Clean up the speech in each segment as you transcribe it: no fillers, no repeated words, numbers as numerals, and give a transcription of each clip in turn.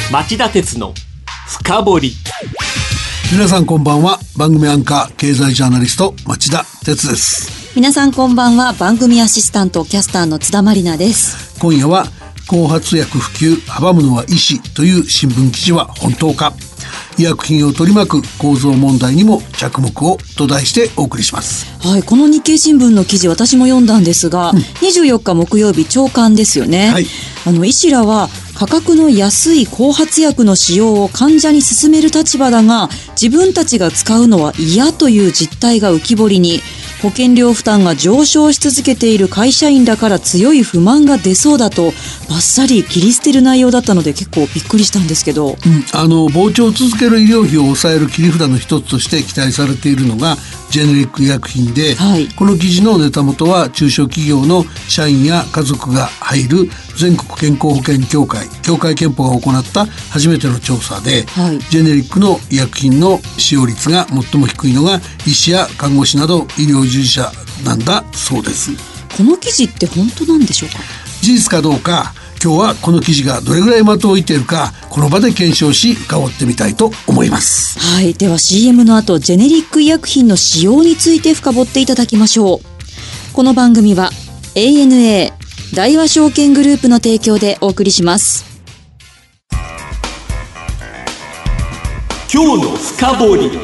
町田鉄の深掘り。 皆さんこんばんは。番組アンカー経済ジャーナリスト町田鉄です。 皆さんこんばんは。番組アシスタントキャスターの津田まりなです。 今夜は後発薬普及阻むのは医師という新聞記事は本当か、医薬品を取り巻く構造問題にも着目をと題してお送りします。 はい、この日経新聞の記事私も読んだんですが、24日木曜日朝刊ですよね。はい、医師らは価格の安い後発薬の使用を患者に勧める立場だが、自分たちが使うのは嫌という実態が浮き彫りに、保険料負担が上昇し続けている会社員だから強い不満が出そうだとバッサリ切り捨てる内容だったので結構びっくりしたんですけど、 膨張を続ける医療費を抑える切り札の一つとして期待されているのがジェネリック医薬品で、この記事のネタ元は中小企業の社員や家族が入る全国健康保険協会憲法が行った初めての調査で、ジェネリックの医薬品の使用率が最も低いのが医師や看護師など医療従事者なんだそうです。 この記事って本当なんでしょうか。 事実かどうか、今日はこの記事がどれぐらい的を置いているかこの場で検証し深掘ってみたいと思います。 はい、では CM の後ジェネリック医薬品の使用について深掘っていただきましょう。この番組は ANA 大和証券グループの提供でお送りします。 今日の深掘り。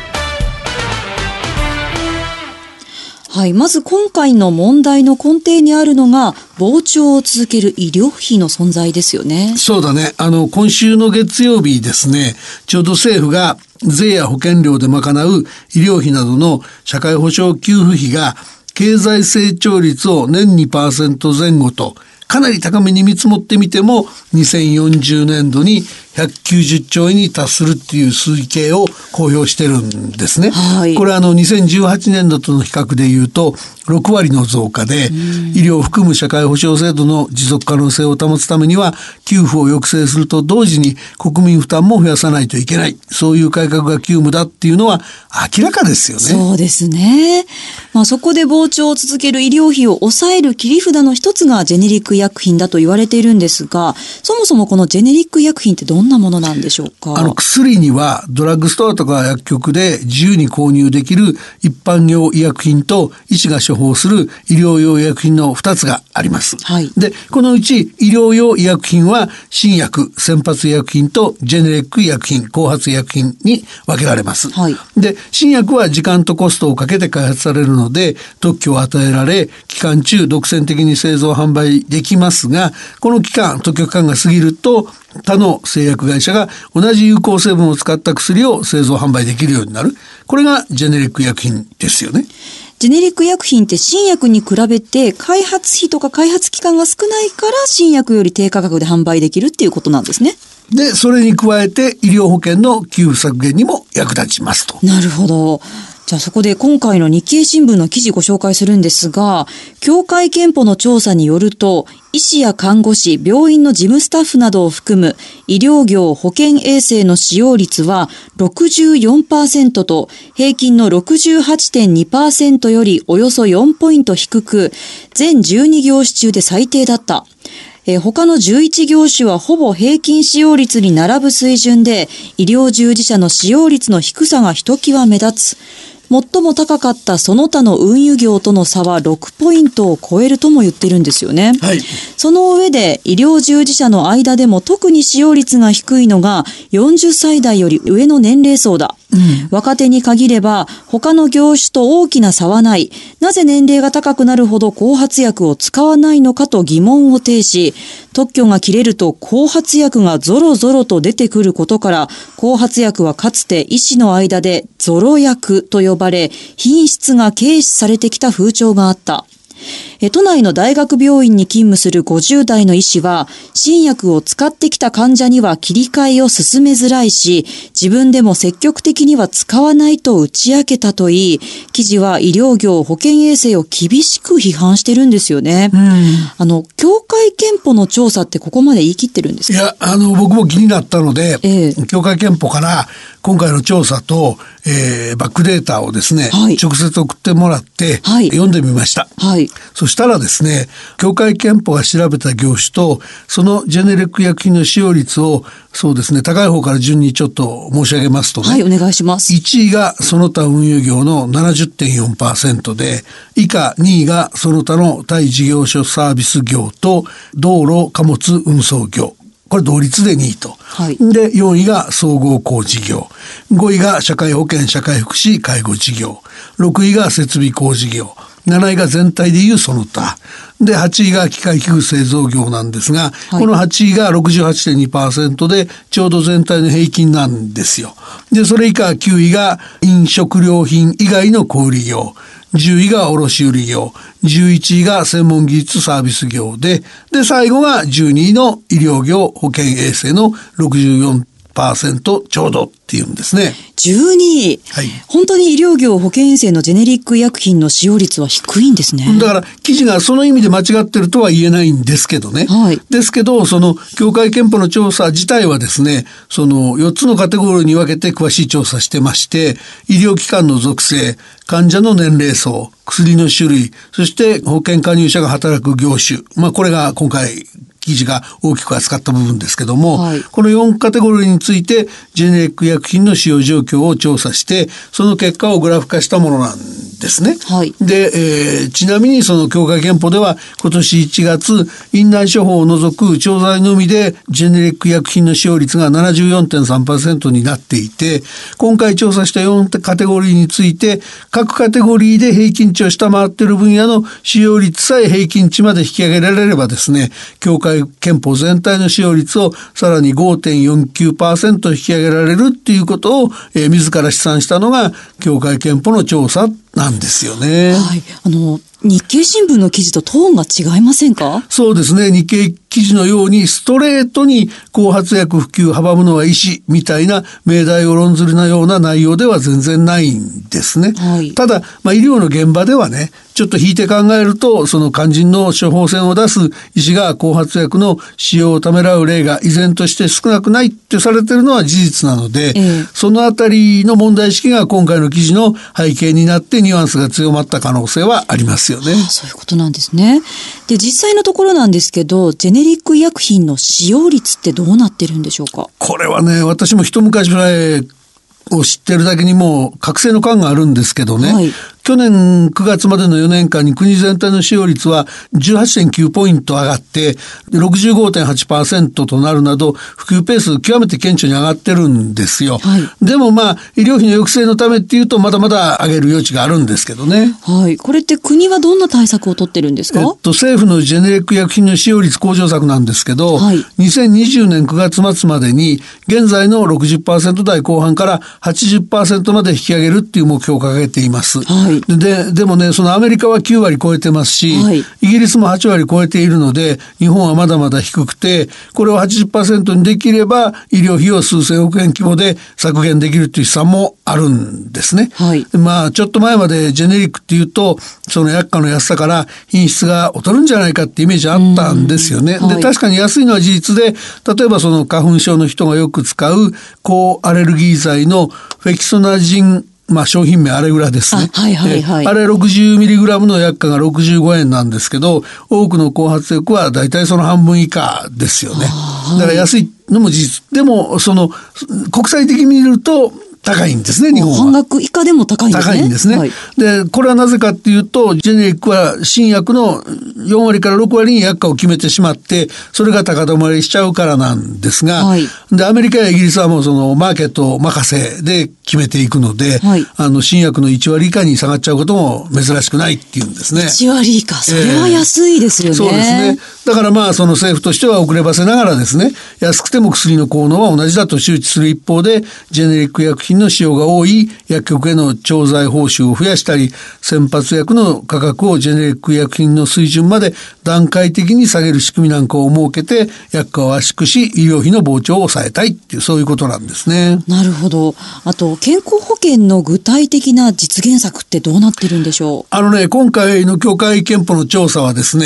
はい、まず今回の問題の根底にあるのが膨張を続ける医療費の存在ですよね。 そうだね。今週の月曜日ですね、ちょうど政府が税や保険料で賄う医療費などの社会保障給付費が経済成長率を年 2% 前後とかなり高めに見積もってみても2040年度に190兆円に達するっていう推計を公表してるんですね。これは2018年度との比較でいうと6割の増加で、医療を含む社会保障制度の持続可能性を保つためには給付を抑制すると同時に国民負担も増やさないといけない、そういう改革が急務だっていうのは明らかですよね。 そうですね。そこで膨張を続ける医療費を抑える切り札の一つがジェネリック医薬品だと言われているんですが、そもそもこのジェネリック医薬品ってどんなものなんでしょうか。 薬にはドラッグストアとか薬局で自由に購入できる一般用医薬品と医師が処方する医療用医薬品の2つがあります。で、このうち医療用医薬品は新薬、先発医薬品とジェネリック医薬品、後発医薬品に分けられます。で、新薬は時間とコストをかけて開発されるので特許を与えられ期間中独占的に製造販売できますが、この期間、特許期間が過ぎると他の製薬会社が同じ有効成分を使った薬を製造販売できるようになる。これがジェネリック医薬品ですよね。 ジェネリック医薬品って新薬に比べて開発費とか開発期間が少ないから新薬より低価格で販売できるっていうことなんですね。 で、それに加えて医療保険の給付削減にも役立ちますと。 なるほど。じゃあそこで今回の日経新聞の記事ご紹介するんですが、協会憲法の調査によると、医師や看護師、病院の事務スタッフなどを含む医療業保健衛生の使用率は 64% と平均の 68.2% よりおよそ4ポイント低く、全12業種中で最低だった。他の11業種はほぼ平均使用率に並ぶ水準で、医療従事者の使用率の低さがひときわ目立つ。最も高かったその他の運輸業との差は6ポイントを超えるとも言ってるんですよね。その上で医療従事者の間でも特に使用率が低いのが40歳代より上の年齢層だ。若手に限れば他の業種と大きな差はない。なぜ年齢が高くなるほど後発薬を使わないのかと疑問を呈し、特許が切れると後発薬がゾロゾロと出てくることから、後発薬はかつて医師の間でゾロ薬と呼ばれ、品質が軽視されてきた風潮があった。都内の大学病院に勤務する50代の医師は、新薬を使ってきた患者には切り替えを進めづらいし、自分でも積極的には使わないと打ち明けたといい、記事は医療業保健衛生を厳しく批判してるんですよね。協会憲法の調査ってここまで言い切ってるんですか？ いや、僕も気になったので、協会憲法から今回の調査と、バックデータをですね、直接送ってもらって、読んでみました。そししたらですね、協会憲法が調べた業種とそのジェネリック医薬品の使用率をそうですね、高い方から順にちょっと申し上げますとね、 はい、お願いします。 1位がその他運輸業の 70.4% で、以下2位がその他の対事業所サービス業と道路貨物運送業、これ同率で2位と、 はい、 で4位が総合工事業、5位が社会保険社会福祉介護事業、6位が設備工事業、7位が全体でいうその他で、8位が機械器具製造業なんですが、はい、この8位が 68.2% でちょうど全体の平均なんですよ。でそれ以下9位が飲食料品以外の小売業、10位が卸売業、11位が専門技術サービス業で最後が12位の医療業保健衛生の 64% ちょうどっていうんですね。 12位、はい、本当に医療業保健衛生のジェネリック医薬品の使用率は低いんですね。 だから記事がその意味で間違ってるとは言えないんですけどね、はい、ですけどその協会憲法の調査自体はですね、その4つのカテゴリーに分けて詳しい調査してまして、医療機関の属性、患者の年齢層、薬の種類、そして保険加入者が働く業種、これが今回記事が大きく扱った部分ですけども、はい、この4カテゴリーについてジェネリック医薬品の使用状況を調査して、その結果をグラフ化したものなんですね。はい、で、ちなみにその協会憲法では今年1月院内処方を除く調剤のみでジェネリック医薬品の使用率が 74.3% になっていて、今回調査した4カテゴリーについて各カテゴリーで平均値を下回っている分野の使用率さえ平均値まで引き上げられればですね、協会憲法全体の使用率をさらに 5.49% 引き上げられるっていうことを、自ら試算したのが協会憲法の調査なんですよね。 はい、日経新聞の記事とトーンが違いませんか？ そうですね。日経記事のようにストレートに後発薬普及阻むのは医師みたいな命題を論ずるような内容では全然ないんですね。はい、ただ、医療の現場ではね、ちょっと引いて考えると、その肝心の処方箋を出す医師が後発薬の使用をためらう例が依然として少なくないってされているのは事実なので、そのあたりの問題意識が今回の記事の背景になってニュアンスが強まった可能性はありますよね。 そういうことなんですね。で、実際のところなんですけど、ジェネリック医薬品の使用率ってどうなってるんでしょうか？ これはね、私も一昔前を知ってるだけにもう覚醒の感があるんですけどね、はい、去年9月までの4年間に国全体の使用率は 18.9 ポイント上がって 65.8% となるなど普及ペース極めて顕著に上がってるんですよ。はい、でも医療費の抑制のためっていうとまだまだ上げる余地があるんですけどね。 はい、これって国はどんな対策を取ってるんですか？ 政府のジェネリック医薬品の使用率向上策なんですけど、はい、2020年9月末までに現在の 60% 台後半から 80% まで引き上げるっていう目標を掲げています。はい、でもね、そのアメリカは9割超えてますし、はい、イギリスも8割超えているので日本はまだまだ低くて、これを 80% にできれば医療費を数千億円規模で削減できるという試算もあるんですね。はい、ちょっと前までジェネリックっていうとその薬価の安さから品質が劣るんじゃないかってイメージあったんですよね。はい、で確かに安いのは事実で、例えばその花粉症の人がよく使う抗アレルギー剤のフェキソナジン、商品名アレグラですね。あれ 60mg の薬価が65円なんですけど、多くの後発薬はだいたいその半分以下ですよね。だから安いのも事実。でもその国際的に見ると高いんですね、日本は。 半額以下でも高いんですね。 高いんですね。はい、で、これはなぜかっていうと、ジェネリックは新薬の4割から6割に薬価を決めてしまって、それが高止まりしちゃうからなんですが、はい、で、アメリカやイギリスはもうそのマーケット任せで決めていくので、はい、新薬の1割以下に下がっちゃうことも珍しくないっていうんですね。 1割以下、それは安いですよね。 そうですね。だからその政府としては遅ればせながらですね、安くても薬の効能は同じだと周知する一方で、ジェネリック医薬品の使用が多い薬局への調剤報酬を増やしたり、先発薬の価格をジェネリック医薬品の水準まで段階的に下げる仕組みなんかを設けて、薬価を圧縮し医療費の膨張を抑えたいっていう、そういうことなんですね。 なるほど。あと健康保険の具体的な実現策ってどうなってるんでしょう？ 今回の協会憲法の調査はですね、はい、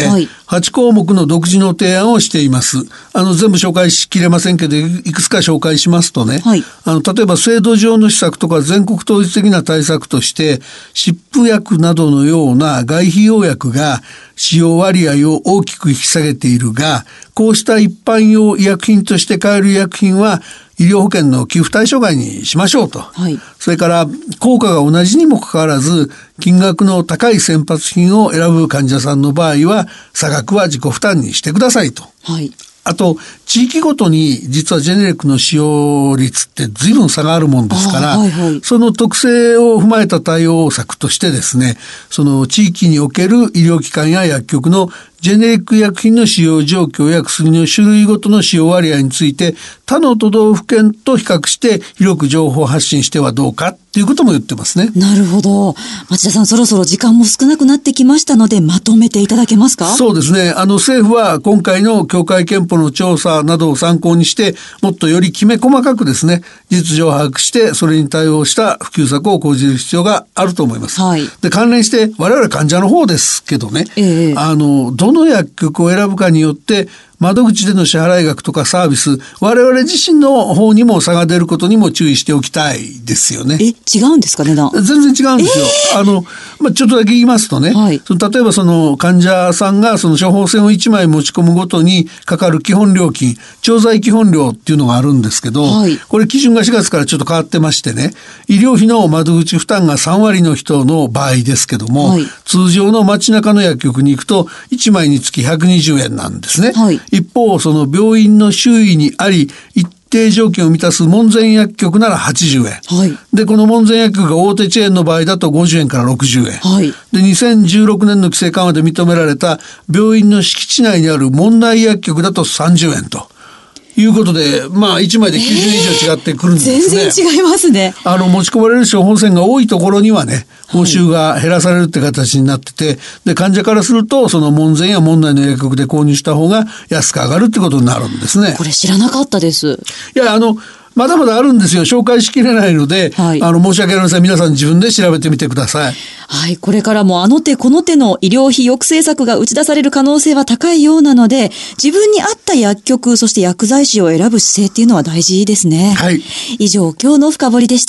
8項目の独自の提案をしています。全部紹介しきれませんけど、いくつか紹介しますとね、例えば制度上の施策とか全国統一的な対策として、湿布薬などのような外費用薬が使用割合を大きく引き下げているが、こうした一般用医薬品として買える医薬品は医療保険の給付対象外にしましょうと、それから効果が同じにもかかわらず金額の高い先発品を選ぶ患者さんの場合は差額は自己負担にしてくださいと、あと地域ごとに実はジェネリックの使用率って随分差があるもんですから、その特性を踏まえた対応策としてですね、その地域における医療機関や薬局のジェネリック医薬品の使用状況や薬の種類ごとの使用割合について他の都道府県と比較して広く情報発信してはどうかっていうことも言ってますね。 なるほど。町田さん、そろそろ時間も少なくなってきましたのでまとめていただけますか？ そうですね。政府は今回の協会憲法の調査などを参考にしてもっとよりきめ細かくですね、実情を把握してそれに対応した普及策を講じる必要があると思います。で、関連して我々患者の方ですけどね、どの薬局を選ぶかによって窓口での支払い額とかサービス、我々自身の方にも差が出ることにも注意しておきたいですよね。 違うんですか、値段？ 全然違うんですよ。ちょっとだけ言いますとね、例えばその患者さんがその処方箋を1枚持ち込むごとにかかる基本料金、調剤基本料っていうのがあるんですけど、これ基準が4月からちょっと変わってましてね、医療費の窓口負担が3割の人の場合ですけども、通常の街中の薬局に行くと1枚につき120円なんですね。一方、その病院の周囲にあり一定条件を満たす門前薬局なら80円、でこの門前薬局が大手チェーンの場合だと50円から60円、で2016年の規制緩和で認められた病院の敷地内にある問題薬局だと30円ということで、1枚で90円以上違ってくるんですね。 全然違いますね。 持ち込まれる処方箋が多いところにはね、報酬が減らされるって形になってて、で患者からするとその門前や門内の薬局で購入した方が安く上がるってことになるんですね。 これ知らなかったです。 いや、まだまだあるんですよ。紹介しきれないので、申し訳ありません。皆さん自分で調べてみてください。 これからもあの手この手の医療費抑制策が打ち出される可能性は高いようなので、自分に合った薬局、そして薬剤師を選ぶ姿勢っていうのは大事ですね。以上、今日の深掘りでした。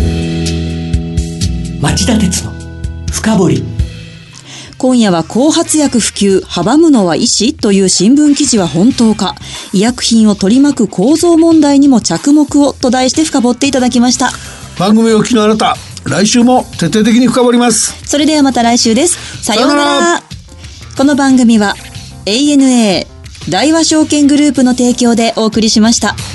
町田鉄の深掘り。 今夜は後発薬普及阻むのは医師という新聞記事は本当か、医薬品を取り巻く構造問題にも着目をと題して深掘っていただきました。 番組をお聞きのあなた、来週も徹底的に深掘ります。 それではまた来週です。さようなら。この番組は ANA 大和証券グループの提供でお送りしました。